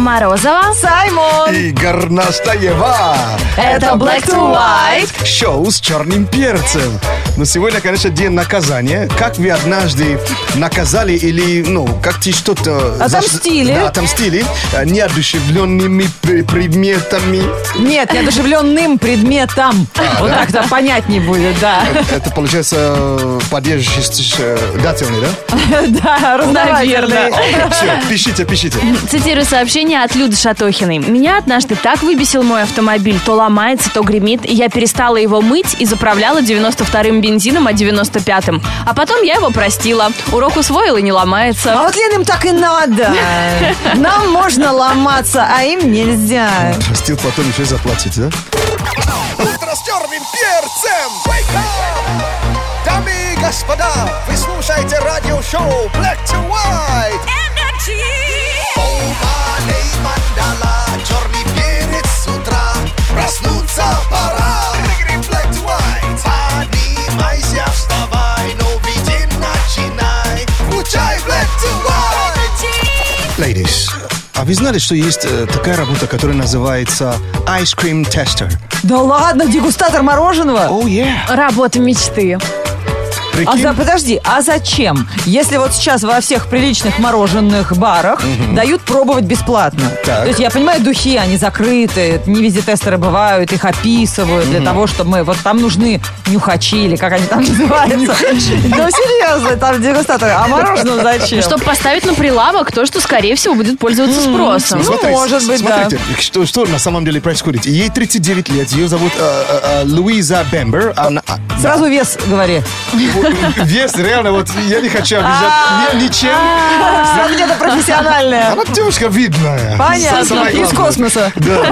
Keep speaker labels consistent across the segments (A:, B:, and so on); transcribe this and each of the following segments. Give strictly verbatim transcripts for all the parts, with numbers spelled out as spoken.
A: Морозова,
B: Саймон
C: и Горностаева.
B: Это Black to White,
C: шоу с черным перцем. Но сегодня, конечно, день наказания. Как вы однажды наказали или, ну, как-то что-то...
B: Отомстили.
C: Да, отомстили неодушевленными предметами.
B: Нет, неодушевленным предметом.
C: А,
B: вот
C: да?
B: так-то понятнее будет, да.
C: Это, получается, поддержательный, да?
B: Да, разновательный.
C: Все, пишите, пишите.
A: цитирую сообщение от Люды Шатохиной. Меня однажды так выбесил мой автомобиль. То ломается, то гремит. И я перестала его мыть и заправляла девяносто вторым бензином, а девяносто пятым. А потом я его простила. Урок усвоила и не ломается.
B: А вот, Лен, им так и надо. Нам можно ломаться, а им нельзя.
C: Простил, потом еще и заплатить, да?
D: Утро с черным перцем! Wake up! Дамы и господа, вы слушаете радиошоу Black to White. Energy! Оумалей мандала, черный перец с утра. Проснуться пора. Black to White. Поднимайся, вставай, новый день начинай. Включай Black to White.
C: Ladies, а вы знали, что есть э, такая работа, которая называется Ice Cream Tester?
B: Да ладно, дегустатор мороженого?
C: Oh, yeah.
A: Работа мечты.
B: А за, подожди, а зачем? Если вот сейчас во всех приличных мороженых барах
C: Мгм.
B: дают пробовать бесплатно.
C: Так.
B: То есть я понимаю, духи, они закрыты, не везде тестеры бывают, их описывают для
C: Мгм.
B: того, чтобы мы... Вот там нужны нюхачи, или как они там называются. Ну, серьезно, там дегустаторы. А мороженое зачем?
A: Чтобы поставить на прилавок то, что, скорее всего, будет пользоваться спросом.
B: Ну,
C: Смотрите,
B: может быть, да.
C: смотрите, что, что на самом деле происходит. Ей тридцать девять лет, ее зовут э, э, э, Луиза Бембер. Она, а,
B: Сразу вес говори.
C: вес, реально, вот я не хочу обижать ни- ничем.
B: Сравнение профессиональное.
C: Она девушка видная.
B: Понятно.
C: Самое
B: Из
C: главное.
B: космоса.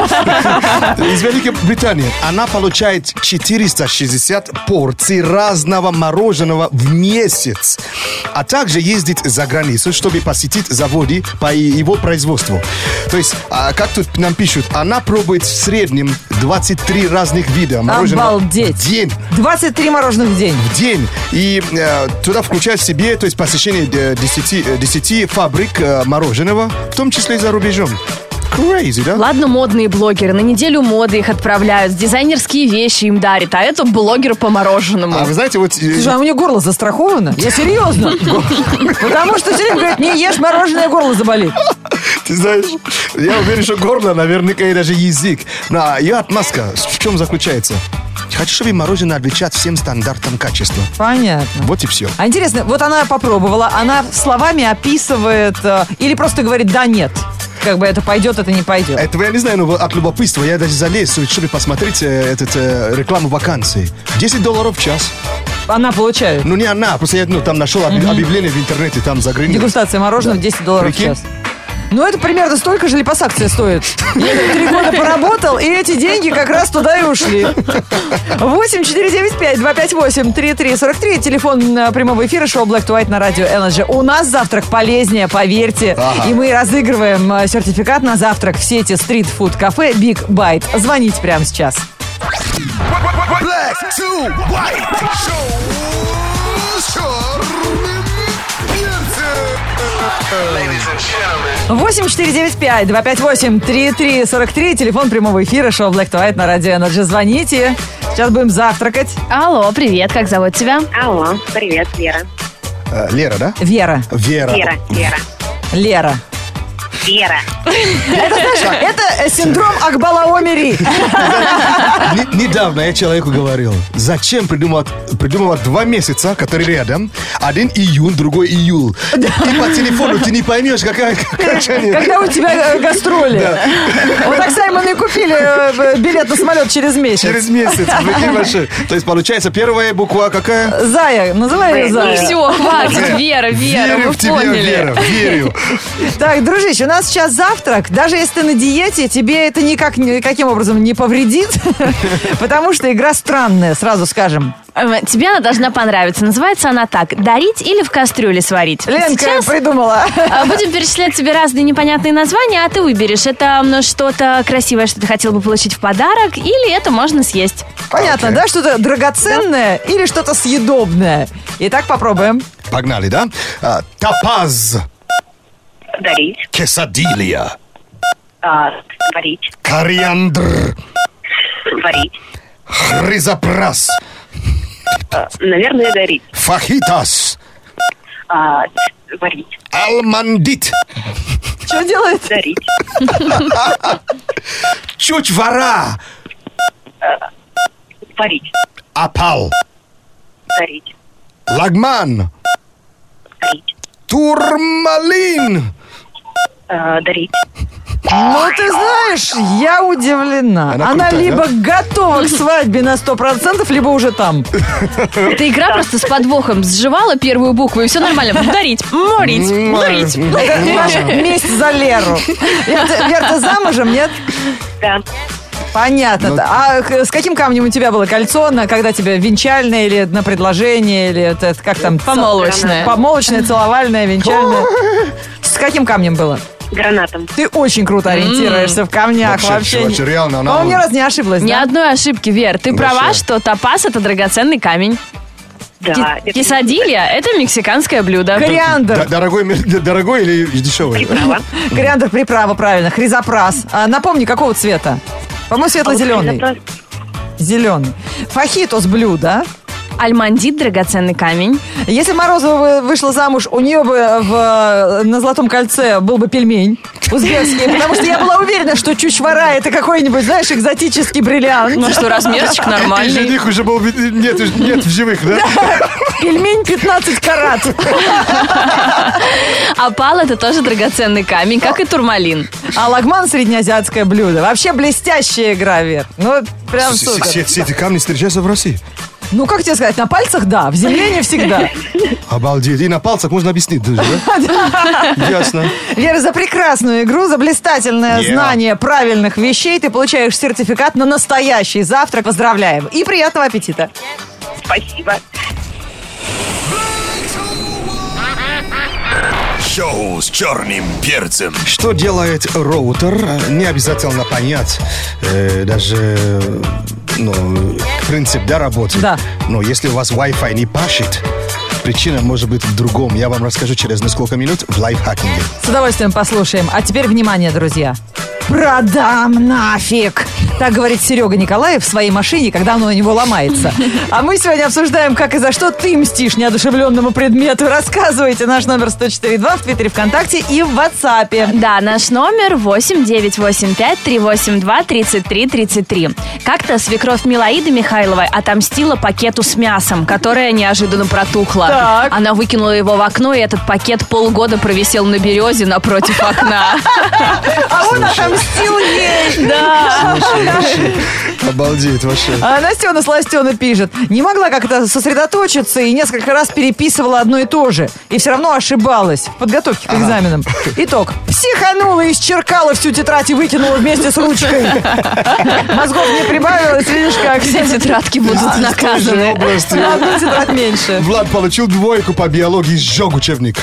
C: Да. Из Великобритании. Она получает четыреста шестьдесят порций разного мороженого в месяц. А также ездит за границу, чтобы посетить заводы по его производству. То есть, а, как тут нам пишут, она пробует в среднем двадцать три разных вида мороженого
B: Обалдеть.
C: в день.
B: двадцать три мороженых в день.
C: В день. И э, туда включает в себе, то есть посещение э, десяти, э, десяти фабрик э, мороженого, в том числе и за рубежом. Crazy, да?
A: Ладно, модные блогеры, на неделю моды их отправляют, дизайнерские вещи им дарят, а это блогер по мороженому.
C: А вы знаете, вот... э,
B: Слушай, а у нее горло застраховано? Я серьезно. Потому что все время говорят, не ешь мороженое, горло заболит.
C: Ты знаешь, я уверен, что горло, наверняка, и даже язык. Но ее отмазка в чем заключается? Хочу, чтобы мороженое отвечать всем стандартам качества.
B: Понятно.
C: Вот и все.
B: А интересно, вот она попробовала, она словами описывает э, или просто говорит «да, нет». Как бы это пойдет, это не пойдет.
C: Этого я не знаю, но от любопытства я даже залез, чтобы посмотреть э, этот, э, рекламу вакансий. десять долларов в час.
B: Она получает.
C: Ну, не она, просто я ну, там нашел объ- объявление в интернете, там за границей.
B: Дегустация мороженого десять долларов в
C: Прикинь?
B: час. Ну, это примерно столько же липосакция стоит. Я три года поработал, и эти деньги как раз туда и ушли. восемь четыре девять пять два пять восемь три три сорок три. Телефон э, прямого эфира шоу Black to White на радио Energy. У нас завтрак полезнее, поверьте.
C: Ага.
B: И мы разыгрываем э, сертификат на завтрак в сети стрит-фуд-кафе Big Bite. Звоните прямо сейчас.
D: Black to White. Шоу с черным перцем.
B: восемь четыре девять пять два пять восемь три три сорок три. Телефон прямого эфира шоу Black to White на радио Energy. Звоните. Сейчас будем завтракать.
A: Алло, привет, как зовут тебя?
E: Алло, привет, Вера.
C: Э, Лера, да?
B: Вера.
C: Вера.
E: Вера, Вера,
B: Лера.
E: Вера.
B: Это, знаешь, это э, синдром Акбала-Омери.
C: Не- Недавно я человеку говорил, зачем придумывать, придумывать два месяца, которые рядом, один июнь, другой июль. И по телефону ты не поймешь, какая окончание.
B: Когда у тебя э, гастроли.
C: Да.
B: Вот так Саймон и купили э, билет на самолет через месяц.
C: Через месяц. Прикинь, вообще. То есть получается первая буква какая?
B: Зая, называй ее
A: Ну
B: Зая.
A: все, хватит, Вера, Вера,
C: Верю
A: вы
C: в тебя,
A: поняли.
C: Вера, верю.
B: Так, дружище, у нас сейчас завтрак. Даже если ты на диете, тебе это никак, никаким образом не повредит. Потому что игра странная, сразу скажем.
A: Э, Тебе она должна понравиться. Называется она так: дарить или в кастрюле сварить.
B: Ленка
A: Сейчас
B: придумала.
A: э, будем перечислять тебе разные непонятные названия, а ты выберешь, это м, что-то красивое, что ты хотел бы получить в подарок, или это можно съесть.
B: Понятно,
C: Окей.
B: да? Что-то драгоценное или что-то съедобное. Итак, попробуем.
C: Погнали, да? А, Тапаз.
E: Дарить,
C: Quesadilla.
E: А, варить.
C: Кориандр.
E: Варить.
C: Хризопрас.
E: А, наверное, дарить.
C: Фахитас.
E: А, варить.
C: Алмандит.
B: Что делает?
E: Дарить.
C: Чучвара.
E: Варить.
C: Опал.
E: Дарить.
C: Лагман.
E: Дарить.
C: Турмалин.
E: А, дарить.
B: Ну, ты знаешь, я удивлена.
C: Она
B: Она,
C: крутая,
B: либо готова к свадьбе на сто процентов, либо уже там.
A: Эта игра просто с подвохом. Сживала первую букву, и все нормально. Дарить, морить, дарить.
B: Это наша месть за Леру. Вер, Вер, ты замужем, нет?
E: Да.
B: Понятно.
C: Ну,
B: А к- с каким камнем у тебя было кольцо? На, когда тебе венчальное или на предложение? Или это, это как там?
A: Помолвочное.
B: Помолвочное, целовальное, венчальное. С каким камнем было?
E: Гранатом.
B: Ты очень круто ориентируешься в камнях.
C: Вообще,
B: Вообще,
C: вообще, реально, она-
B: По-моему, ни разу не ошиблась,
A: Ни
B: да?
A: одной ошибки, Вер. Ты
C: Вообще.
A: права, что топаз — это драгоценный камень.
E: Да.
A: Ки-
E: это
A: Кесадилья — это мексиканское блюдо.
B: Кориандр.
C: Д- Дорогой, ми- д- дорогой или дешевый?
E: Приправа.
B: Кориандр, приправа, правильно. Хризопрас. А, напомни, какого цвета? По-моему, светло-зеленый.
E: Запрос.
B: Зеленый. Фахитос блюдо.
A: Альмандит — драгоценный камень.
B: Если Морозова бы вышла замуж, у нее бы в, на Золотом кольце был бы пельмень узбекский, потому что я была уверена, что чучвара — это какой-нибудь, знаешь, экзотический бриллиант.
A: Ну что, размерчик
C: И
A: нормальный.
C: жених уже был, нет, нет в живых, да?
B: Пельмень пятнадцать карат.
A: Опал — это тоже драгоценный камень, как и турмалин.
B: А лагман — среднеазиатское блюдо. Вообще блестящая игра, Вер. Ну, прям
C: Все
B: супер.
C: все- все эти камни встречаются в России.
B: Ну, как тебе сказать, на пальцах — да, в земле не всегда.
C: Обалдеть. И на пальцах можно объяснить даже, да? Ясно.
B: Вера, за прекрасную игру, за блистательное
C: Yeah.
B: знание правильных вещей ты получаешь сертификат на настоящий завтрак. Поздравляем. И приятного аппетита.
E: Спасибо.
D: Шоу с черным перцем.
C: Что делает роутер? Не обязательно понять. э, даже, ну, принцип, да, работы.
B: Да.
C: Но если у вас Wi-Fi не пашет, причина может быть в другом. Я вам расскажу через несколько минут в лайфхакинге.
B: С удовольствием послушаем. А теперь внимание, друзья. Продам нафиг! Так говорит Серега Николаев в своей машине, когда она у него ломается. А мы сегодня обсуждаем, как и за что ты мстишь неодушевленному предмету. Рассказывайте. Наш номер сто четыре два в Твиттере, ВКонтакте и в WhatsApp.
A: Да, наш номер восемь девятьсот восемьдесят пять триста восемьдесят два тридцать три тридцать три. Как-то свекровь Милаиды Михайловой отомстила пакету с мясом, которое неожиданно протухло.
B: Так.
A: Она выкинула его в окно, и этот пакет полгода провисел на березе напротив окна.
B: А он отомстил ей.
A: Да.
C: Обалдеть вообще.
B: А Настена Сластена пишет. Не могла как-то сосредоточиться и несколько раз переписывала одно и то же. И все равно ошибалась в подготовке к экзаменам. Итог. Психанула, исчеркала всю тетрадь и выкинула вместе с ручкой. Мозгов не прибавилось, видишь как.
A: Все тетрадки будут
C: В той же
A: наказаны.
C: области.
B: На одну тетрадь меньше.
C: Влад получил двойку по биологии, сжег учебник.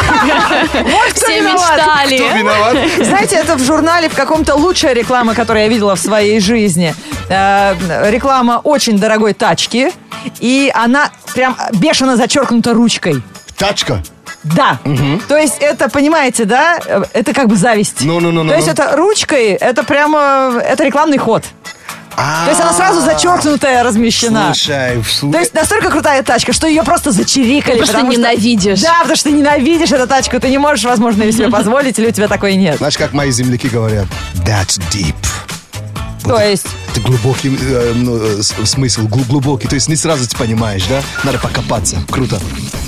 B: Вот кто
A: Все
B: виноват.
C: Кто
A: мечтали.
C: виноват?
B: Знаете, это в журнале в каком-то лучшая реклама, которую я видела в своей жизни. Э, реклама очень дорогой тачки. И она прям бешено зачеркнута ручкой.
C: Тачка.
B: Да. То есть это, понимаете, да? э, Это как бы зависть.
C: Ну-ну-ну-ну.
B: То есть это ручкой, это прямо, это рекламный ход. То есть она сразу зачеркнутая размещена.
C: Слушай, вслу-
B: То есть настолько крутая тачка, что ее просто зачирикали.
A: Просто
B: потому что-
A: ненавидишь.
B: Да, потому что ты ненавидишь эту тачку. Ты не можешь, возможно, ее себе позволить, или у тебя такой нет.
C: Знаешь, как мои земляки говорят? That's deep.
B: То есть...
C: Это глубокий э, ну, э, с- смысл, глу- глубокий. То есть не сразу ты понимаешь, да? Надо покопаться. Круто.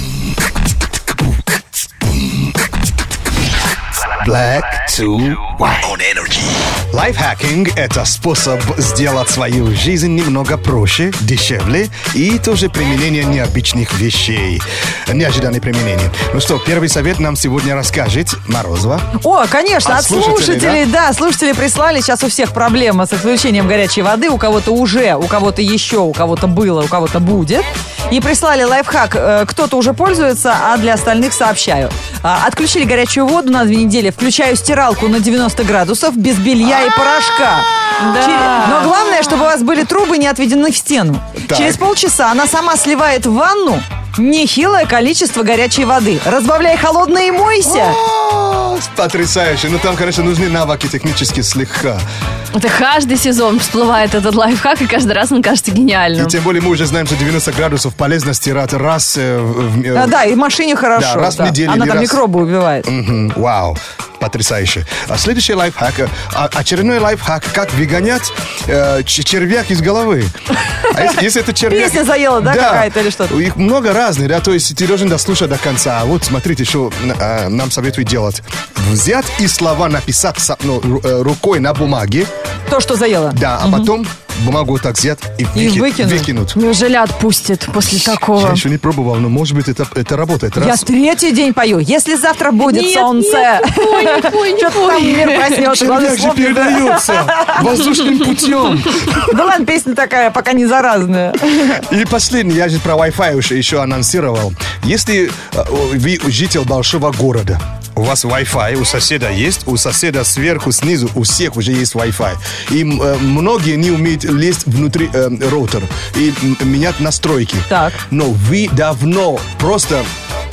C: Black to white.
D: On Energy.
C: Лайфхакинг – это способ сделать свою жизнь немного проще, дешевле и тоже применение необычных вещей. Неожиданное применение. Ну что, первый совет нам сегодня расскажет Морозова.
B: О, конечно,
C: От
B: от
C: слушателей,
B: слушателей, да? слушатели прислали. Сейчас у всех проблема с отключением горячей воды. У кого-то уже, у кого-то еще, у кого-то было, у кого-то будет. И прислали лайфхак. Э, Кто-то уже пользуется, а для остальных сообщаю. А, Отключили горячую воду на две недели. Включаю стиралку на девяносто градусов без белья и порошка. Через- Но главное, чтобы у вас были трубы не отведены в стену.
C: Так.
B: Через полчаса она сама сливает в ванну нехилое количество горячей воды. Разбавляй холодной и мойся.
C: О, Потрясающе. Ну, там, конечно, нужны навыки технические слегка.
A: Это каждый сезон всплывает этот лайфхак, и каждый раз он кажется
C: И
A: гениальным.
C: тем более мы уже знаем, что девяносто градусов полезно стирать раз э, в, э,
B: Да, да, и в машине хорошо.
C: Да, раз в
B: да.
C: неделю
B: Она
C: или
B: там
C: раз.
B: микробы убивает.
C: Мгм, вау, потрясающе. А следующий лайфхак, э, а- очередной лайфхак, как выгонять э, ч- червяк из головы. А если, если это червяк...
B: Песня заела, да, какая-то или что-то?
C: Их много разных, да, то есть ты должен дослушать до конца. А вот смотрите, что э, нам советуют делать. Взять и слова написать со- ну, ру- э, рукой на бумаге,
B: То, что заело.
C: да, а потом бумагу вот так взять и,
B: И
C: выки-
B: выкинуть.
C: выкинуть.
A: Неужели отпустит после
C: Я
A: такого?
C: еще не пробовал, но может быть это, это работает.
B: Я
C: Раз.
B: третий день пою. Если завтра будет
A: Нет,
B: солнце.
A: нет, не пой, не пой, не
B: Что-то там
A: пой.
B: мир проснется. главное,
C: Червяк же
B: слов не знаю.
C: передается воздушным путем.
B: Да ладно, песня такая, пока не заразная.
C: И последний, я же про Wi-Fi уже еще анонсировал. Если э, вы житель большого города, у вас Wi-Fi, у соседа есть, у соседа сверху, снизу, у всех уже есть Wi-Fi. И э, многие не умеют лезть внутри э, роутера и м, менять настройки.
B: Так.
C: Но вы давно просто...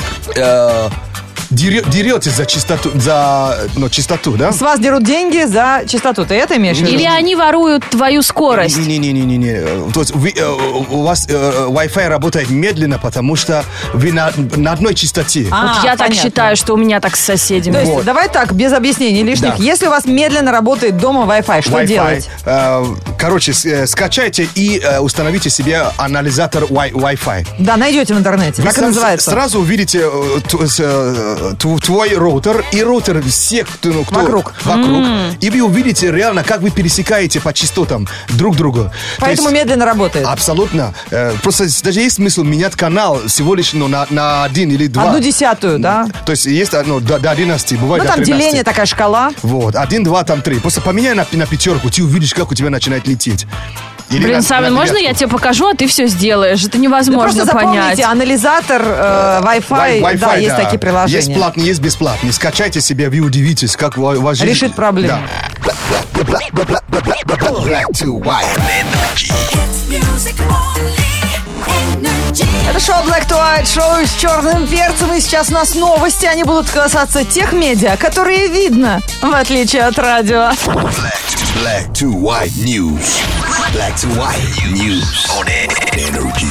C: э, дере- деретесь за чистоту, за ну, чистоту, да?
B: С вас дерут деньги за чистоту. Ты это имеешь в виду?
A: Или они воруют твою скорость?
C: Не-не-не-не-не. То есть вы, э, у вас э, Wi-Fi работает медленно, потому что вы на, на одной частоте.
B: А,
A: Вот я так
B: понятно.
A: считаю, что у меня так с соседями.
B: То есть,
C: Вот.
B: давай так, без объяснений лишних.
C: Да.
B: Если у вас медленно работает дома Wi-Fi, что
C: Wi-Fi.
B: делать?
C: Э, короче, с- э, скачайте и э, установите себе анализатор Wi- Wi-Fi.
B: Да, найдете в интернете.
C: Вы
B: Так и
C: сам-
B: называется.
C: Сразу увидите э, ту- с, э, тв- твой роутер и роутер всех, кто, ну, кто
B: Вокруг.
C: вокруг. И вы увидите реально, как вы пересекаете по частотам друг друга. То
B: Поэтому
C: есть-
B: медленно работает.
C: Абсолютно. Э, Просто даже есть смысл менять канал всего лишь ну, на, на один или два.
B: Одну десятую, да?
C: То есть есть ну, до, до одиннадцати, бывает
B: Ну,
C: до
B: там
C: тринадцати.
B: деление, такая шкала.
C: Вот, один, два, там три. Просто поменяй на, на пятерку, ты увидишь, как у тебя начинает лететь. Или
A: Блин,
C: на-
A: Савин,
C: на
A: можно я
C: девятку.
A: тебе покажу, а ты все сделаешь? Это
B: Вы
A: невозможно
B: просто запомните,
A: понять.
B: анализатор э, Wi-Fi,
C: Wi-
B: да,
C: Wi-Fi,
B: есть такие приложения.
C: Есть платные, есть бесплатные. Скачайте себе, вы удивитесь, как у вас жизнь...
B: Решит проблему.
C: Да. Black to white.
B: Это шоу Black to White, шоу с черным перцем. И сейчас у нас новости. Они будут касаться тех медиа, которые видно, в отличие от радио.
D: Black to white news. Black to white news on Energy.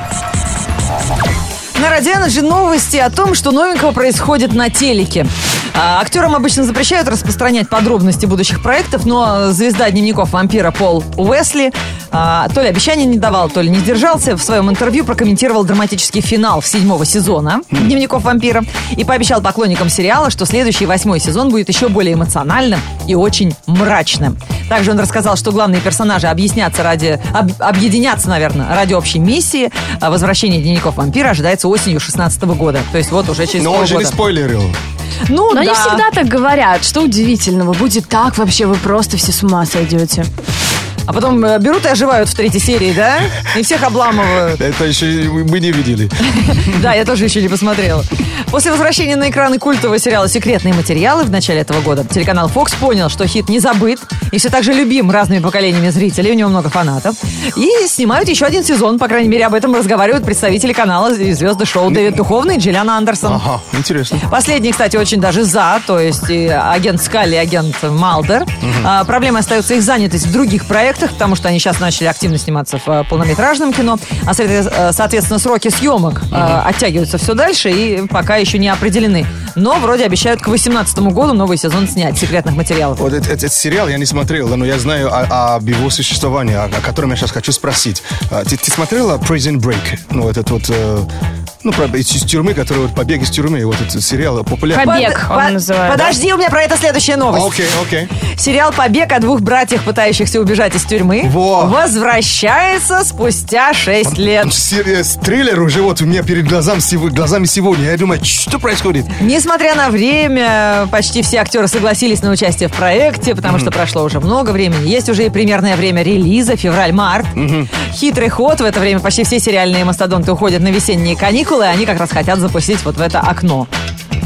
B: На Радио Energy новости о том, что новенького происходит на телеке. А, актерам обычно запрещают распространять подробности будущих проектов, но звезда дневников вампира Пол Уэсли а, то ли обещания не давал, то ли не сдержался. В своем интервью прокомментировал драматический финал седьмого сезона дневников вампира и пообещал поклонникам сериала, что следующий восьмой сезон будет еще более эмоциональным и очень мрачным. Также он рассказал, что главные персонажи объяснятся ради, об- объединятся, наверное, ради общей миссии. А возвращение дневников вампира ожидается осенью шестнадцатого года. То есть вот уже через
C: Но он же не
B: полгода.
C: спойлерил.
B: Ну,
A: Но
B: да.
A: они всегда так говорят. Что удивительного? Будет так вообще, вы просто все с ума сойдете.
B: А потом э, берут и оживают в третьей серии, да? И всех обламывают.
C: Это еще мы не видели.
B: Да, я тоже еще не посмотрела. После возвращения на экраны культового сериала «Секретные материалы» в начале этого года телеканал Fox понял, что хит не забыт и все так же любим разными поколениями зрителей, у него много фанатов. И снимают еще один сезон, по крайней мере, об этом разговаривают представители канала и звезды шоу Дэвид Духовный и Джиллиана Андерсон.
C: Ага, интересно.
B: Последний, кстати, очень даже за, то есть и агент Скалли, и агент Малдер. А, проблемой остается их занятость в других проектах, потому что они сейчас начали активно сниматься в а, полнометражном кино, а соответ- э, соответственно сроки съемок а, оттягиваются все дальше и пока еще не определены. Но вроде обещают к восемнадцатому году новый сезон снять секретных материалов.
C: Вот этот, этот сериал я не смотрел, но я знаю о- об его существовании, о, о котором я сейчас хочу спросить. А, Ты, ты смотрела Prison Break? Ну, этот вот... э, ну, про, из, из тюрьмы, который вот побег из тюрьмы, вот этот сериал популярный.
A: Побег он
B: Под-
A: называется.
B: Подожди, у меня про это следующая новость.
C: Окей, окей.
B: Сериал «Побег» о двух братьях, пытающихся убежать из тюрьмы,
C: Во.
B: возвращается спустя шесть лет.
C: Сер- Триллер уже вот у меня перед глазами, сего- глазами сегодня. Я думаю, что происходит?
B: Несмотря на время, почти все актеры согласились на участие в проекте, потому что прошло уже много времени. Есть уже и примерное время релиза, февраль-март. Хитрый ход. В это время почти все сериальные мастодонты уходят на весенние каникулы, и они как раз хотят запустить вот в это окно.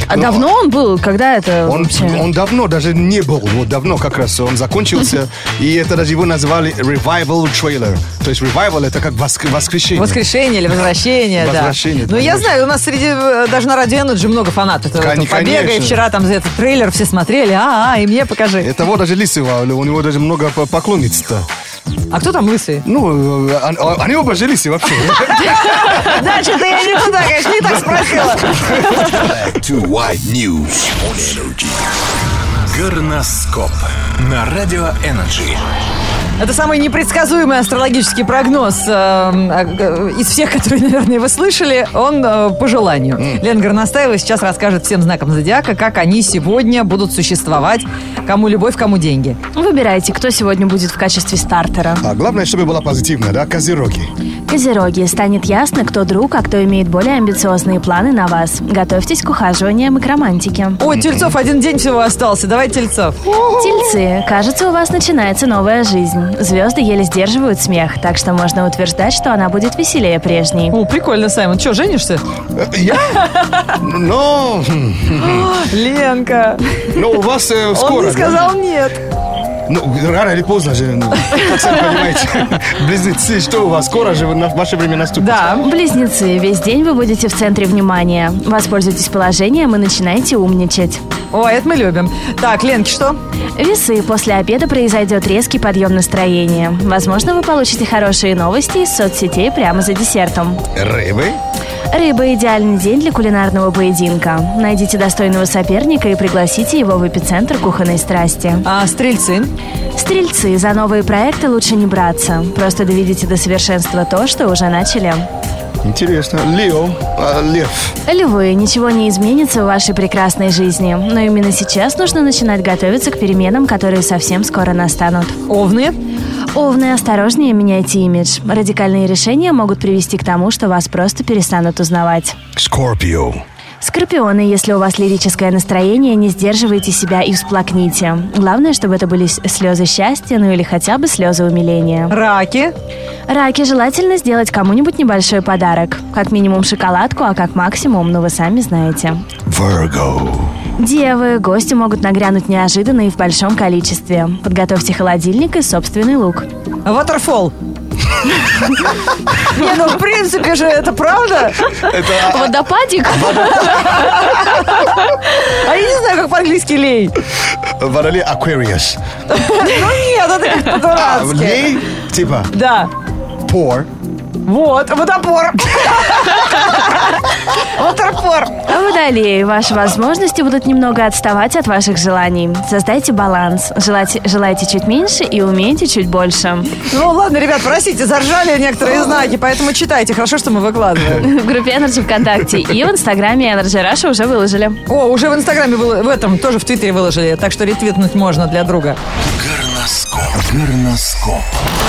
A: А давно он был? Когда это
C: Он,
A: вообще?
C: он давно даже не был, вот давно как раз он закончился, и это даже его назвали revival trailer. То есть revival это как воск- воскрешение.
B: Воскрешение или возвращение, да.
C: Возвращение,
B: Ну, я
C: конечно.
B: знаю, у нас среди, э, даже на Радио Energy много фанатов этого
C: Кон-
B: побега. И
C: конечно.
B: вчера там этот трейлер все смотрели. А, а, и мне покажи.
C: Это вот даже Лисова, у него даже много по- поклонниц-то.
B: А кто там лысый?
C: Ну, э, он- они оба же лисы вообще.
B: Значит, я не туда, конечно, не так спросила.
D: Black to white news on Energy.
F: Горноскоп на Радио Energy.
B: Это самый непредсказуемый астрологический прогноз э, э, из всех, которые, наверное, вы слышали. Он э, по желанию. Лена Горностаева сейчас расскажет всем знакам зодиака, как они сегодня будут существовать. Кому любовь, кому деньги.
A: Выбирайте, кто сегодня будет в качестве стартера.
C: А главное, чтобы была позитивная, да, козероги.
A: Козероги, станет ясно, кто друг, а кто имеет более амбициозные планы на вас. Готовьтесь к ухаживаниям и к романтике.
B: О, Тельцов, один день всего остался. Давай, Тельцов.
A: Тельцы, кажется, у вас начинается новая жизнь. Звезды еле сдерживают смех, так что можно утверждать, что она будет веселее прежней.
B: О, прикольно, Саймон. Че, женишься?
C: Э, Я? Но,
B: Ленка.
C: но у вас э,
B: Он
C: скоро,
B: не
C: да?
B: сказал нет.
C: Ну, рано или поздно же, ну, сами понимаете, близнецы, что у вас, скоро же на- ваше время наступит.
B: Да.
A: Близнецы, весь день вы будете в центре внимания. Воспользуйтесь положением и начинайте умничать.
B: О, это мы любим. Так, Ленки, что?
A: Весы, после обеда произойдет резкий подъем настроения. Возможно, вы получите хорошие новости из соцсетей прямо за десертом.
C: Рыбы?
A: Рыба – идеальный день для кулинарного поединка. Найдите достойного соперника и пригласите его в эпицентр кухонной страсти.
B: А, стрельцы.
A: Стрельцы, за новые проекты лучше не браться. Просто доведите до совершенства то, что уже начали.
C: Интересно. Лео, а, лев.
A: Львы, ничего не изменится в вашей прекрасной жизни. Но именно сейчас нужно начинать готовиться к переменам, которые совсем скоро настанут.
B: Овны.
A: Овны, осторожнее меняйте имидж. Радикальные решения могут привести к тому, что вас просто перестанут узнавать.
C: Скорпио.
A: Скорпионы, если у вас лирическое настроение, не сдерживайте себя и всплакните. Главное, чтобы это были с- слезы счастья, ну или хотя бы слезы умиления.
B: Раки.
A: Раки, желательно сделать кому-нибудь небольшой подарок. Как минимум шоколадку, а как максимум, ну вы сами знаете.
C: Virgo.
A: Девы, гости могут нагрянуть неожиданно и в большом количестве. Подготовьте холодильник и собственный лук.
B: Waterfall. Не, ну в принципе же это правда.
A: Водопадик?
B: А я не знаю, как по-английски лей.
C: Водолей Aquarius.
B: Ну нет, это как
C: А,
B: по-дурацки.
C: лей, типа,
B: Да.
C: pour.
B: Вот, водопор. Водопор.
A: Водолеи, ваши возможности будут немного отставать от ваших желаний. Создайте баланс. Желайте, желайте чуть меньше и умейте чуть больше.
B: Ну ладно, ребят, простите, заржали некоторые знаки, поэтому читайте. Хорошо, что мы выкладываем.
A: В группе Energy ВКонтакте и в Инстаграме Energy Russia уже выложили.
B: О, уже в Инстаграме, выл- в этом, тоже в Твиттере выложили, так что ретвитнуть можно для друга.
F: Горноскоп. Горноскоп.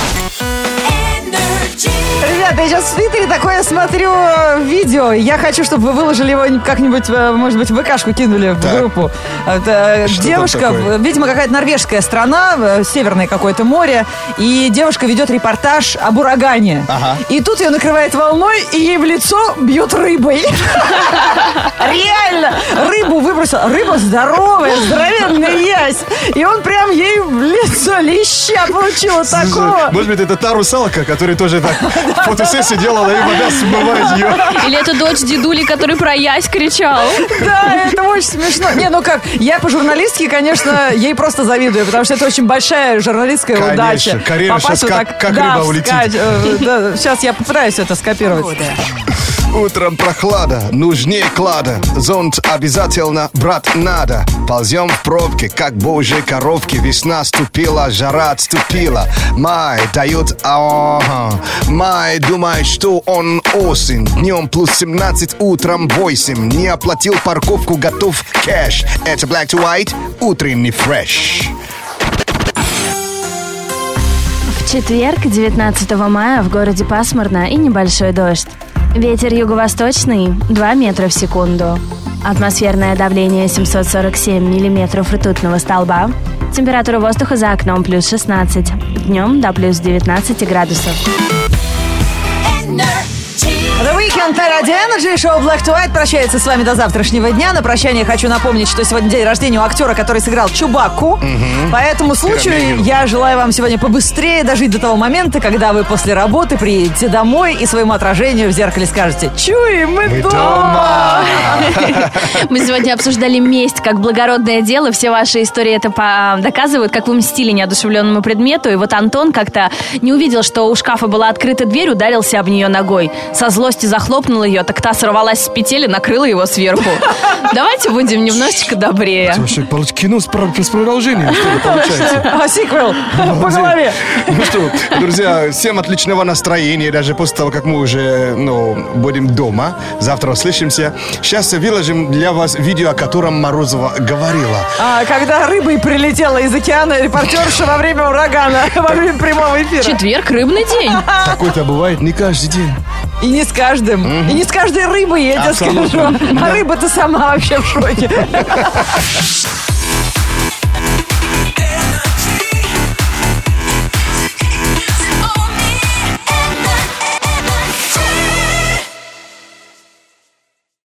B: Ребята, я сейчас в Твиттере такое смотрю э, видео. Я хочу, чтобы вы выложили его как-нибудь, э, может быть, в ВКшку кинули в
C: Так.
B: группу. Это, э,
C: Что там
B: девушка,
C: такое?
B: э, видимо, какая-то норвежская страна, э, северное какое-то море, и девушка ведет репортаж об урагане.
C: Ага.
B: И тут ее накрывает волной, и ей в лицо бьют рыбой. Реально! Рыбу выбросил. Рыба здоровая, здоровенная ясь. И он прям ей в лицо леща получил такого.
C: Может быть, это та русалка, которая тоже так фотосессию делала, и вода смывает ее.
A: Или это дочь дедули, который про ясь кричал.
B: Да, это очень смешно. Не, ну как, я по журналистке, конечно, ей просто завидую, потому что это очень большая журналистская
C: Конечно,
B: удача.
C: карьера
B: Попасть
C: щас
B: вот
C: как-
B: так-
C: как
B: да,
C: рыба улетит.
B: вскачь, э, да, сейчас я попытаюсь это скопировать.
C: Утром прохлада, нужнее клада. Зонт обязательно брать надо. Ползем в пробке, как божьи коровки. Весна ступила, жара отступила. Май дает ага. Май думает, что он осень. Днем плюс семнадцать, утром восемь. Не оплатил парковку, готов кэш. Это Black to White, утренний фреш.
A: В четверг, девятнадцатого мая, в городе пасмурно и небольшой дождь. Ветер юго-восточный два метра в секунду. Атмосферное давление семьсот сорок семь миллиметров ртутного столба. Температура воздуха за окном плюс шестнадцать. Днем до плюс девятнадцать градусов.
B: The Weekend на Радио Energy, шоу Black to White прощается с вами до завтрашнего дня. На прощание хочу напомнить, что сегодня день рождения у актера, который сыграл Чубакку. Угу. По этому случаю я желаю вам сегодня побыстрее дожить до того момента, когда вы после работы приедете домой и своему отражению в зеркале скажете: «Чуй, мы, мы дома!»
A: Мы сегодня обсуждали месть как благородное дело. Все ваши истории это доказывают, как вы мстили неодушевленному предмету. И вот Антон как-то не увидел, что у шкафа была открыта дверь, ударился об нее ногой. Со злости захлопнул ее, так та сорвалась с петель и накрыла его сверху. Давайте будем немножечко добрее.
C: Слушай, кино с продолжением, что ли, получается?
B: А сиквел по голове.
C: Ну что, друзья, всем отличного настроения, даже после того, как мы уже, ну, будем дома. Завтра услышимся. Сейчас выложим для вас видео, о котором Морозова говорила.
B: А, когда рыбой прилетела из океана репортерша во время урагана, во время прямого эфира.
A: Четверг, рыбный день.
C: Такое-то бывает не каждый день.
B: И не с каждым. Mm-hmm. И не с каждой рыбой, я тебе скажу. А рыба-то сама вообще в шоке.